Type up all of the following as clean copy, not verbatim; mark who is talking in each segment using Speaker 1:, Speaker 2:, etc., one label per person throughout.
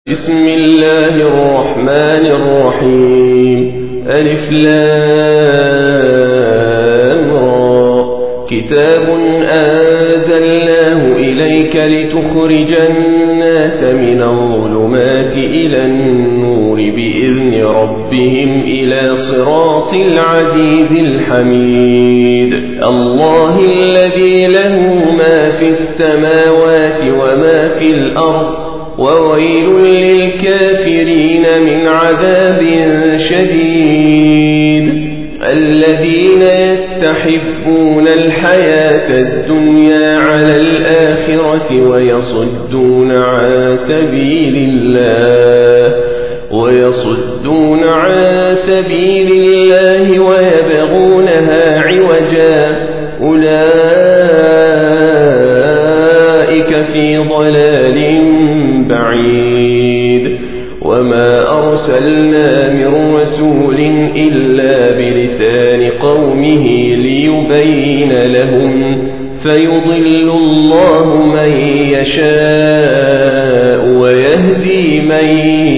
Speaker 1: بسم الله الرحمن الرحيم. ألف لام را. كتاب أنزلناه إليك لتخرج الناس من الظلمات إلى النور بإذن ربهم إلى صراط العزيز الحميد. الله الذي له ما في السماوات وما في الأرض وويل للكافرين من عذاب شديد. الذين يستحبون الحياة الدنيا على الآخرة ويصدون عن سبيل الله ويبغونها عوجا أولئك في ضلال بعيد. وما أرسلنا من رسول إلا بلسان قومه ليبين لهم فيضل الله من يشاء ويهدي من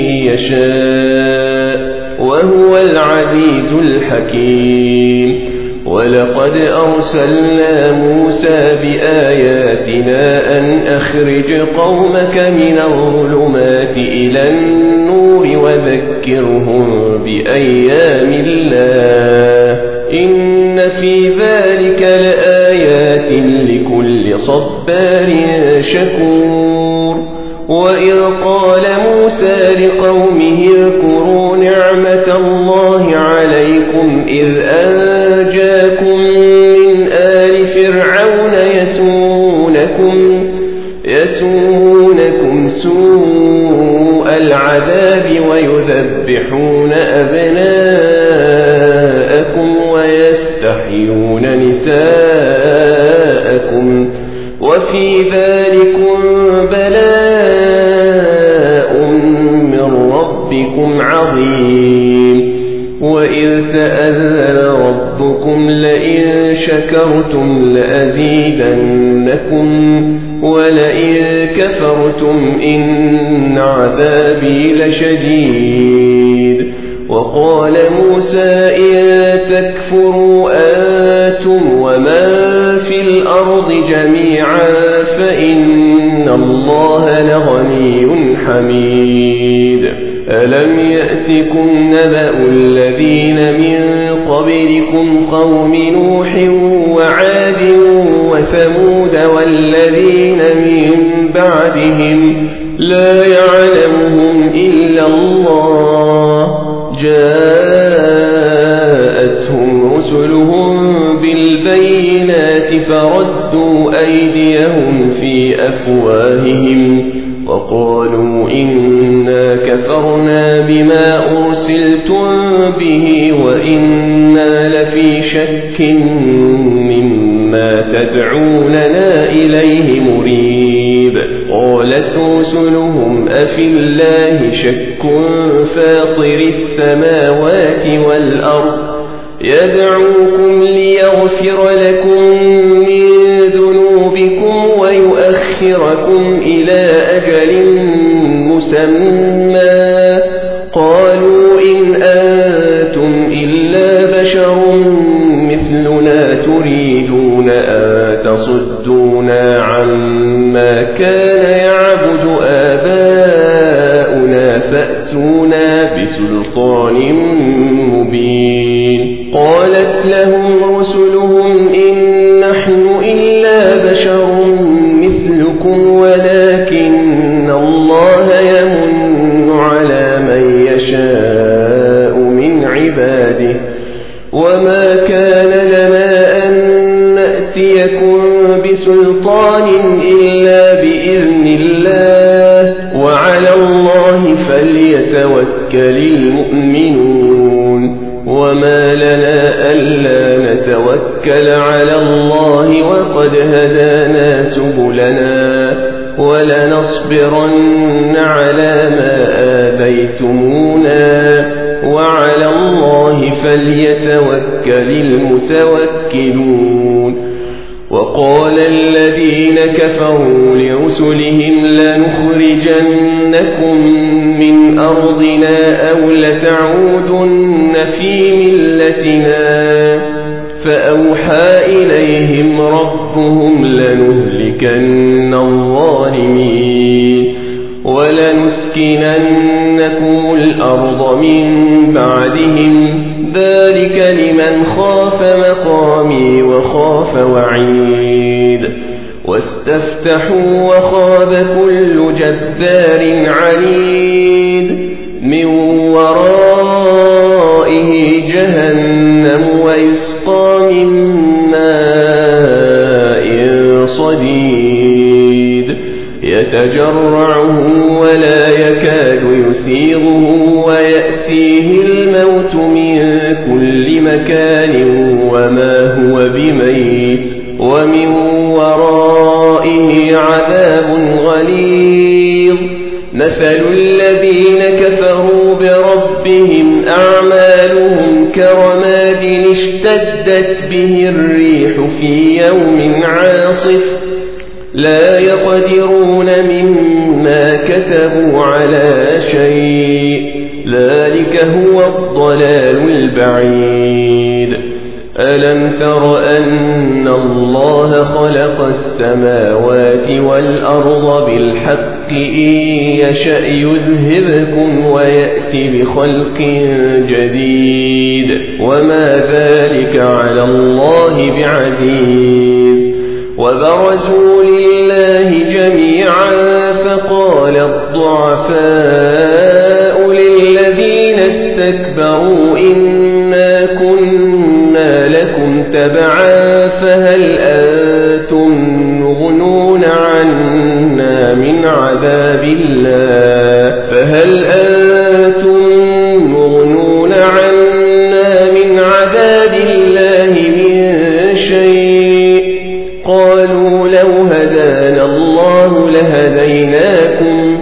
Speaker 1: يشاء وهو العزيز الحكيم. ولقد أرسلنا موسى بآياتنا أن أخرج قومك من الظلمات إلى النور وذكرهم بأيام الله إن في ذلك لآيات لكل صبار شكور. وإذ قال موسى لقومه اذكروا نعمة الله عليكم إذ أنجاكم من آل فرعون يسومونكم سوء العذاب ويذبحون أبناءكم ويستحيون نساءكم وفي ذلكم بلاء من ربكم عظيم. وإذ تأذن ربكم لئن شكرتم لأزيدنكم ولئن كفرتم إن عذابي لشديد. وقال موسى إن تكفروا أنتم ومن في الأرض جميعا فإن الله لغني حميد. ألم يأتكم نبأ الذين من قبلكم قوم نوح وعاد وثمود والذين من بعدهم لا يعلمهم إلا الله جاءتهم رسلهم بالبينات فردوا أيديهم في أفواههم وقالوا إنا كفرنا بما أرسلتم به وإنا لفي شك مما تدعوننا إليه مريب. قالت رسلهم أفي الله شك فاطر السماوات والأرض يدعوكم ليغفر لكم من ذنوبكم ويؤخركم إلى أجل مسمى قالوا إن أنتم إلا بشر مثلنا تريدون أن تصدونا عما كان يعبد آباؤنا فأتونا بسلطان مبين. قالت لهم رسلهم إن نحن إلا بشر مثلكم ولكن الله يمن على من يشاء من عباده وما كان لنا أن نأتيكم بسلطان إلا بإذن الله وعلى الله فليتوكل المؤمنون. وما لنا ألا نتوكل على الله وقد هدانا سبلنا ولنصبرن على ما آذيتمونا وعلى الله فليتوكل المتوكلون. وقال الذين كفروا لرسلهم لنخرجنكم أرضنا أو لتعودن في ملتنا فأوحى إليهم ربهم لنهلكن الظالمين ولنسكننكم الأرض من بعدهم ذلك لمن خاف مقامي وخاف وعيد واستفتحوا وخاب كل جبار عنيد من ورائه جهنم ويسقى من ماء صديد يتجرعه ولا يكاد يسيغه ويأتيه الموت من كل مكان وما هو بميت ومن ورائه عذاب غليظ مثل الذين كفروا بربهم أعمالهم كرماد اشتدت به الريح في يوم عاصف لا يقدرون مما كسبوا على شيء ذلك هو الضلال البعيد ألم تر أن الله خلق السماوات والأرض بالحق إن يشأ يذهبكم ويأتي بخلق جديد وما ذلك على الله بعزيز وبرزوا لله جميعا فقال الضعفاء للذين استكبروا إنا كنا لكم تبعا فهل أنتم مغنون عنا من عذاب الله من شيء قالوا لو هدانا الله لهديناكم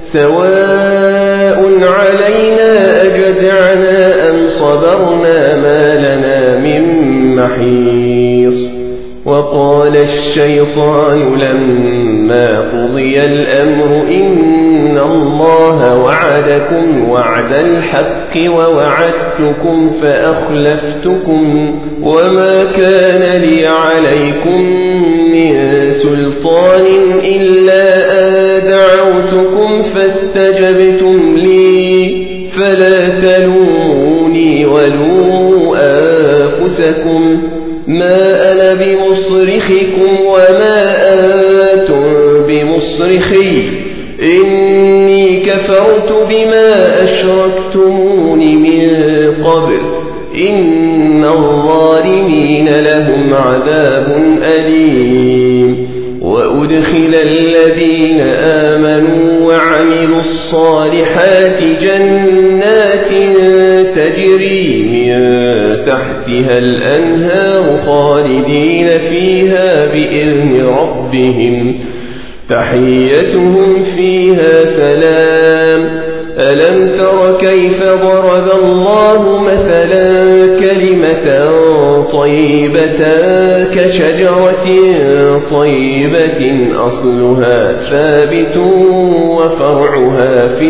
Speaker 1: سواء علينا أجزعنا أم صبرنا ما لنا من محيص وقال الشيطان لما قضي الأمر إن الله وعدكم وعد الحق ووعدتكم فأخلفتكم وما كان لي عليكم من سلطان إلا أن دعوتكم فاستجبتم لي فلا تلوموني ولوموا أنفسكم ما أنا بمصرخكم وما أنتم بمصرخي إني كفرت بما أشركتمون من قبل إن الظالمين لهم عذاب أليم وأدخل الذين آمنوا وعملوا الصالحات جنات تجري من تحتها الأنهار خالدين فيها بإذن ربهم تحيتهم فيها سلام ألم تر كيف ضرب الله مثلا كلمة طيبة كشجرة طيبة أصلها ثابت وفرعها في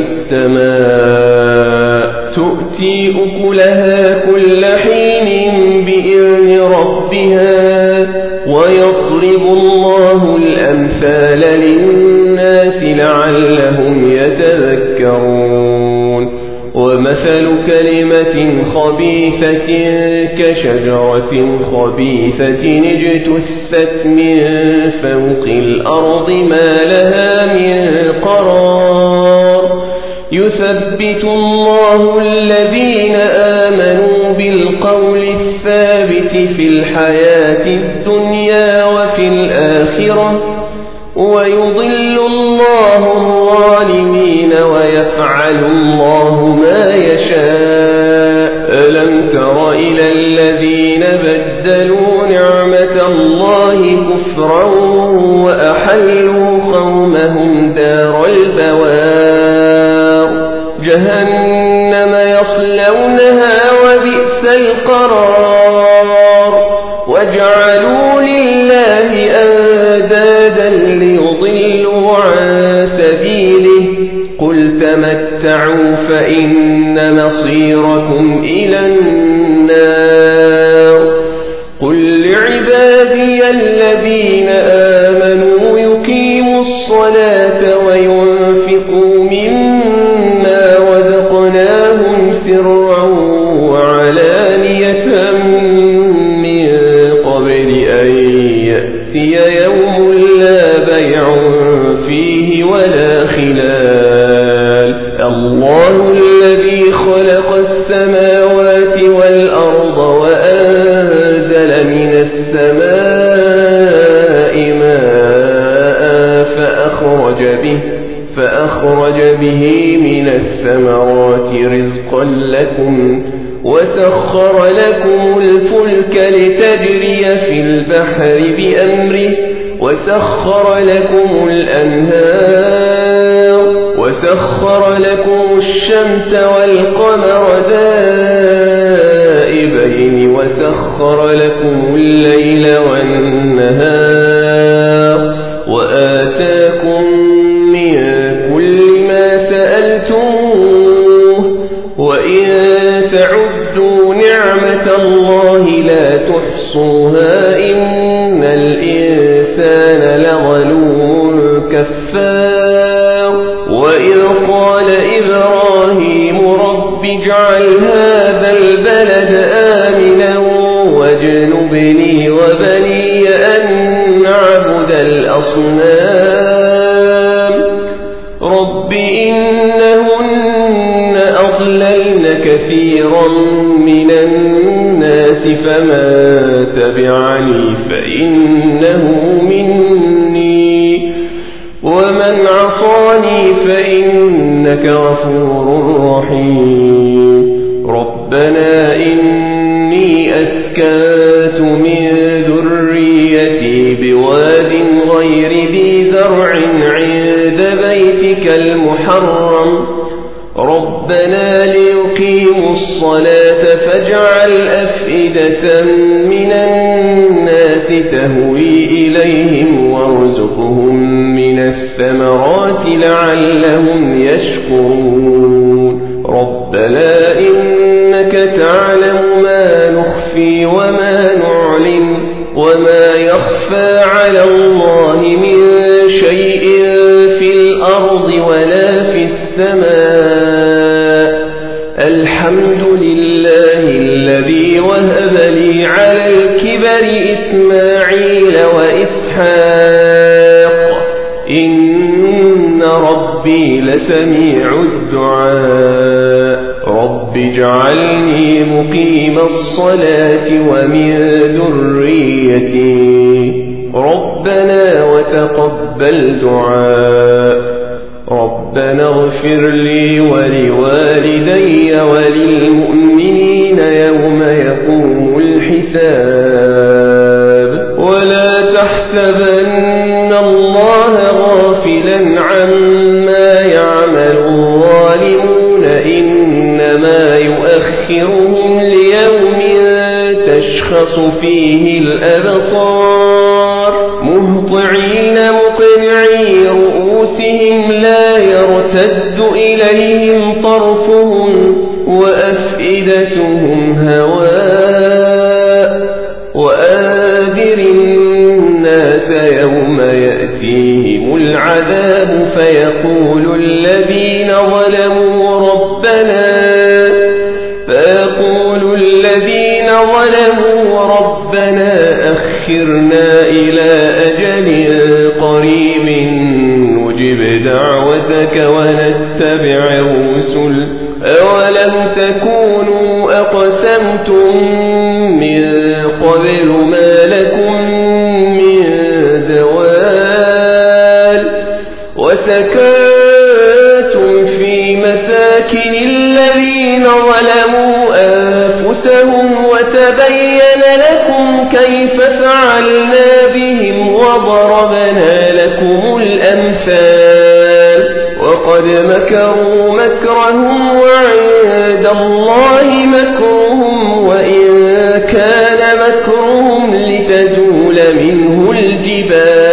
Speaker 1: السماء تؤتي أكلها كل حين بإذن ربها ويضرب الله الأمثال للناس لعلهم يتذكرون ومثل كلمة خبيثة كشجرة خبيثة اجتثت من فوق الأرض ما لها من قرار يثبت الله الذين آمنوا بالقول الثابت في الحياة الدنيا وفي الآخرة ويضل الله الظالمين ويفعل الله ما يشاء ألم تر إلى الذين بدلوا نعمة الله كفرا وأحلوا قومهم دار البوار جهنم يصلونها وبئس القرار وجعلوا لله أندادا ليضلوا عن سبيله قل تمتعوا تمتعوا فإن مصيركم إلى النار قل لعبادي الذين آمنوا يقيموا الصلاة وينفقوا مما رزقناهم سرا وعلانية من قبل أن يأتي يوم لا بيع فيه ولا خلال الله الذي خلق السماوات والأرض وأنزل من السماء ماء فأخرج به من الثمرات رزقا لكم وسخر لكم الفلك لتجري في البحر بأمره وسخر لكم الأنهار وسخر لكم الشمس والقمر دائبين وسخر لكم الليل والنهار وآتاكم من كل ما سألتموه وإن تعدوا نعمة الله لا تحصوها إن الإنسان لظلوم كفار وإذ قال إبراهيم رب اجعل هذا البلد آمنا واجنبني وبني أن نعبد الأصنام رب إنهن أضللن كثيرا من الناس فمن تبعني فإنه مني ومن عصاني فإنك غفور رحيم ربنا إني أسكنت من ذريتي بواد غير ذي زرع عند بيتك المحرم ربنا ليقيموا الصلاة فاجعل أفئدة من الناس تهوي إليهم وارزقهم من الثمرات لعلهم يشكرون ربنا إنك تعلم ما نخفي وما نعلن وما يخفى على الله من شيء في الأرض ولا في السماء الحمد لله الذي وهب لي على الكبر إسماعيل وإسحاق إن ربي لسميع الدعاء رب اجعلني مقيم الصلاة ومن ذريتي ربنا وتقبل دعاء ربنا اغفر لي ولوالدي وللمؤمنين يوم يقوم الحساب ولا تحسبن الله غافلا عما يعمل الظالمون إنما يؤخرهم ليوم تشخص فيه الأبصار مهطعين مقنعي رؤوسهم لا يرتد إليهم طرفهم وأفئدتهم هواء وآذر الناس يوم يأتيهم العذاب فيقول الذين ظلموا ربنا أخرنا إلى أجل قريب نجب دعوتك ونتبع الرسل أولم تكونوا أقسمتم من قبل ما لكم من زوال وسكنتم في مساكن الذين ظلموا أنفسهم وتبين لكم كيف فعلنا بهم وضربنا لكم الأمثال وقد مكروا مكرهم وعند الله مكرهم وإن كان مكرهم لتزول منه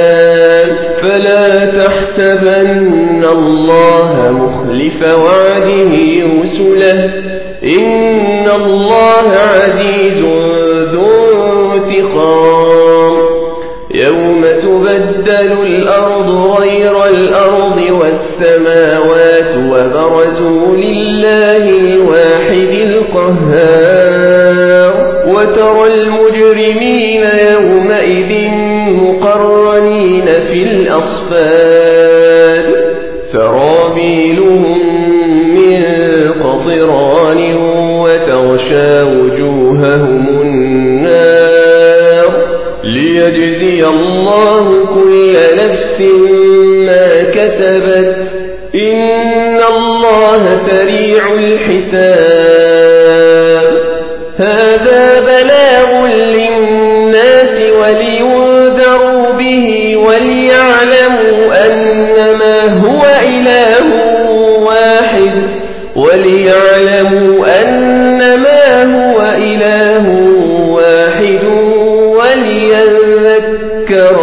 Speaker 1: الجبال فلا تحسبن الله مخلف وعده به رسله إن الله عزيز ذو انتقام يوم تبدل الأرض غير الأرض والسماوات وبرزوا لله الواحد القهار وترى المجرمين يومئذ مقرنين في الأصفاد سرابيلهم من قطران وتغشى وجوههم النار ليجزي الله كل نفس ما كسبت إن الله سريع الحساب هذا بلاغ للناس ولينذروا به وليعلموا أنما هو إله واحد وليذكر